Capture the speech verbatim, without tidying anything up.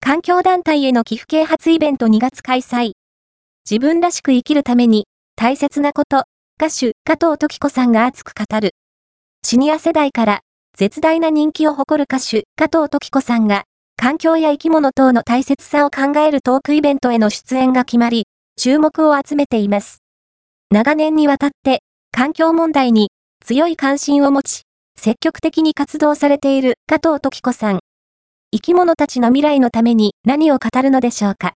環境団体への寄付啓発イベントにがつ開催。自分らしく生きるために大切なこと、歌手加藤登紀子さんが熱く語る。シニア世代から絶大な人気を誇る歌手加藤登紀子さんが環境や生き物等の大切さを考えるトークイベントへの出演が決まり、注目を集めています。長年にわたって環境問題に強い関心を持ち、積極的に活動されている加藤登紀子さん。生き物たちの未来のために何を語るのでしょうか。